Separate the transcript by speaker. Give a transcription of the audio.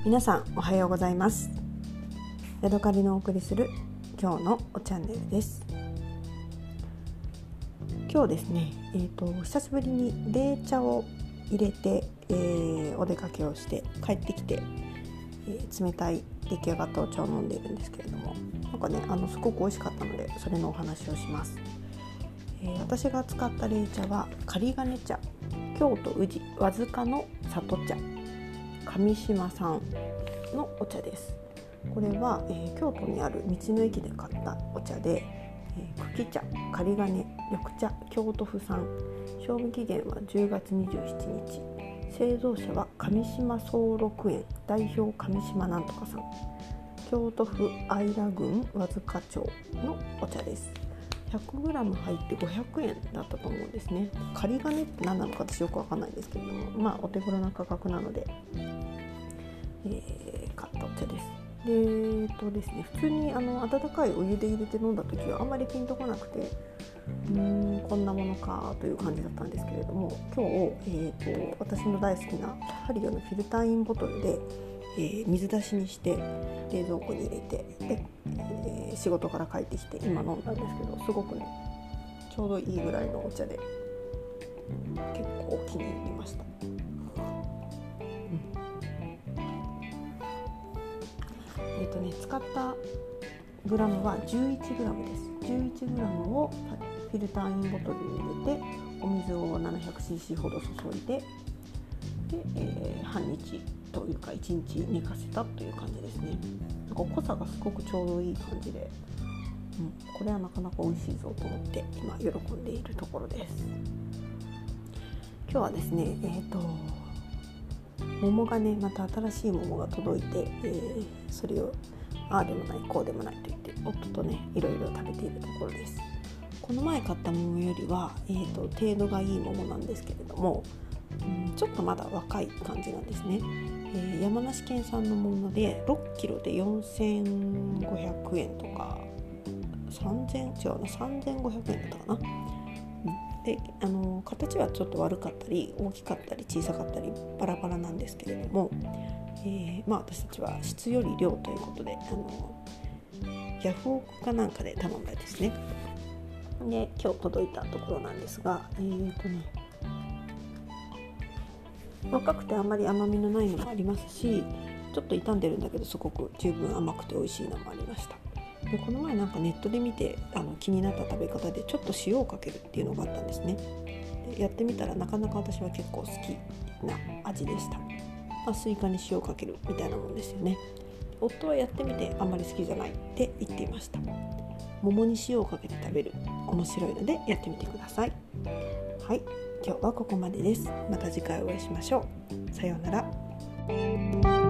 Speaker 1: 皆さんおはようございます。ヤドカリのお送りする今日のチャンネルです。今日ですね、久しぶりに冷茶を入れて、お出かけをして帰ってきて、冷たい出来上がったお茶を飲んでいるんですけれども、なんかねすごく美味しかったのでそれのお話をします。私が使った冷茶は狩金茶、京都宇治和塚の里茶、上島さんのお茶です。これは、京都にある道の駅で買ったお茶で、茎茶、狩金、緑茶、京都府産、賞味期限は10月27日、製造者は上島総六園代表上島なんとかさん、京都府愛良郡和塚町のお茶です。100g 入って500円だったと思うんですね。狩金って何なのか私よくわかんないんですけれども、お手頃な価格なので、買ったお茶です。ですね、普通に温かいお湯で入れて飲んだ時はあんまりピンとこなくて、こんなものかという感じだったんですけれども、今日、私の大好きなハリオのフィルターインボトルで、水出しにして冷蔵庫に入れて、で、仕事から帰ってきて今飲んだんですけど、すごくねちょうどいいぐらいのお茶で結構気に入りました。使ったグラムは 11g です。11g をフィルターインボトルに入れてお水を 700cc ほど注いで、半日というか1日寝かせたという感じですね。なんか濃さがすごくちょうどいい感じで、これはなかなか美味しいぞと思って今喜んでいるところです。今日はですね、桃がねまた新しい桃が届いて、それをああでもないこうでもないと言って夫とねいろいろ食べているところです。この前買った桃よりは、程度がいい桃なんですけれども、ちょっとまだ若い感じなんですね。山梨県産の桃で6キロで4500円とか3500円だったかな。で形はちょっと悪かったり大きかったり小さかったりバラバラなんですけれども、私たちは質より量ということでヤフオクかなんかで頼んだですね。で今日届いたところなんですが、若くてあんまり甘みのないのもありますし、ちょっと傷んでるんだけどすごく十分甘くて美味しいのもありました。でこの前なんかネットで見て気になった食べ方でちょっと塩をかけるっていうのがあったんですね。でやってみたらなかなか私は結構好きな味でした。スイカに塩をかけるみたいなもんですよね。夫はやってみてあんまり好きじゃないって言っていました。桃に塩をかけて食べる、面白いのでやってみてください。はい、今日はここまでです。また次回お会いしましょう。さようなら。